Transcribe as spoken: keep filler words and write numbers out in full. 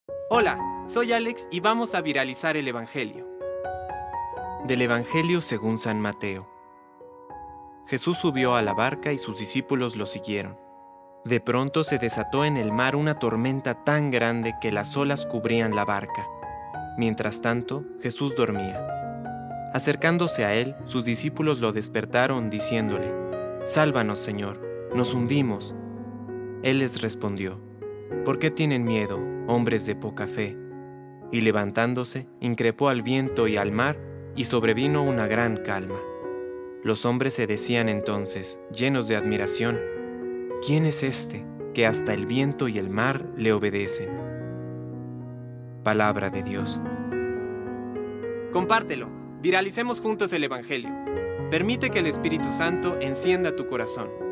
Hola, soy Alex y vamos a viralizar el Evangelio. Del Evangelio según San Mateo. Jesús subió a la barca y sus discípulos lo siguieron. De pronto se desató en el mar una tormenta tan grande que las olas cubrían la barca. Mientras tanto, Jesús dormía. Acercándose a él, sus discípulos lo despertaron diciéndole: «Sálvanos, Señor, nos hundimos». Él les respondió: «¿Por qué tienen miedo, hombres de poca fe?». Y levantándose, increpó al viento y al mar, y sobrevino una gran calma. Los hombres se decían entonces, llenos de admiración: «¿Quién es este, que hasta el viento y el mar le obedecen?». Palabra de Dios. Compártelo, viralicemos juntos el Evangelio. Permite que el Espíritu Santo encienda tu corazón.